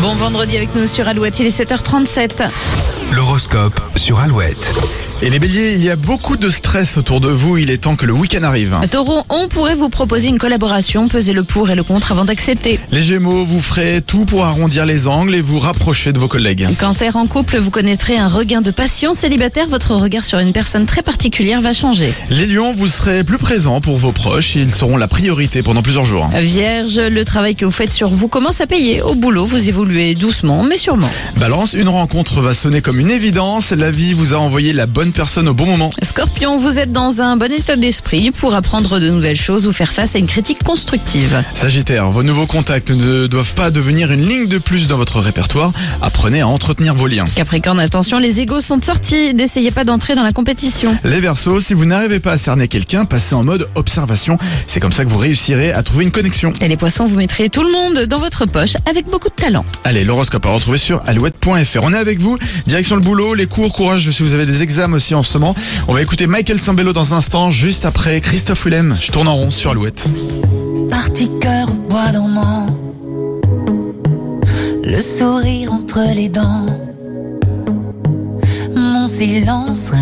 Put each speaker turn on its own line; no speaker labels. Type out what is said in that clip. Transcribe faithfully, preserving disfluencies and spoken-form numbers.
Bon vendredi avec nous sur Alouette, il est sept heures trente-sept.
L'horoscope sur Alouette.
Et les béliers, il y a beaucoup de stress autour de vous, il est temps que le week-end arrive.
Taureau, on pourrait vous proposer une collaboration, pesez le pour et le contre avant d'accepter.
Les gémeaux, vous ferez tout pour arrondir les angles et vous rapprocher de vos collègues.
Cancer, en couple, vous connaîtrez un regain de passion. Célibataire, votre regard sur une personne très particulière va changer.
Les lions, vous serez plus présents pour vos proches et ils seront la priorité pendant plusieurs jours.
Vierge, le travail que vous faites sur vous commence à payer. Au boulot, vous évoluez doucement mais sûrement.
Balance, une rencontre va sonner comme une évidence, la vie vous a envoyé la bonne personne au bon moment.
Scorpion, vous êtes dans un bon état d'esprit pour apprendre de nouvelles choses ou faire face à une critique constructive.
Sagittaire, vos nouveaux contacts ne doivent pas devenir une ligne de plus dans votre répertoire, apprenez à entretenir vos liens.
Capricorne, attention, les égos sont sortis, n'essayez pas d'entrer dans la compétition.
Les Verseaux, si vous n'arrivez pas à cerner quelqu'un, passez en mode observation, c'est comme ça que vous réussirez à trouver une connexion.
Et les Poissons, vous mettrez tout le monde dans votre poche avec beaucoup de talent.
Allez, l'horoscope à retrouver sur alouette point f r. On est avec vous, direction le boulot, les cours, courage si vous avez des examens aussi en ce moment. On va écouter Michael Sambello dans un instant, juste après Christophe Willem. Je tourne en rond sur Alouette.
Parti cœur au bois dormant, le sourire entre les dents, mon silence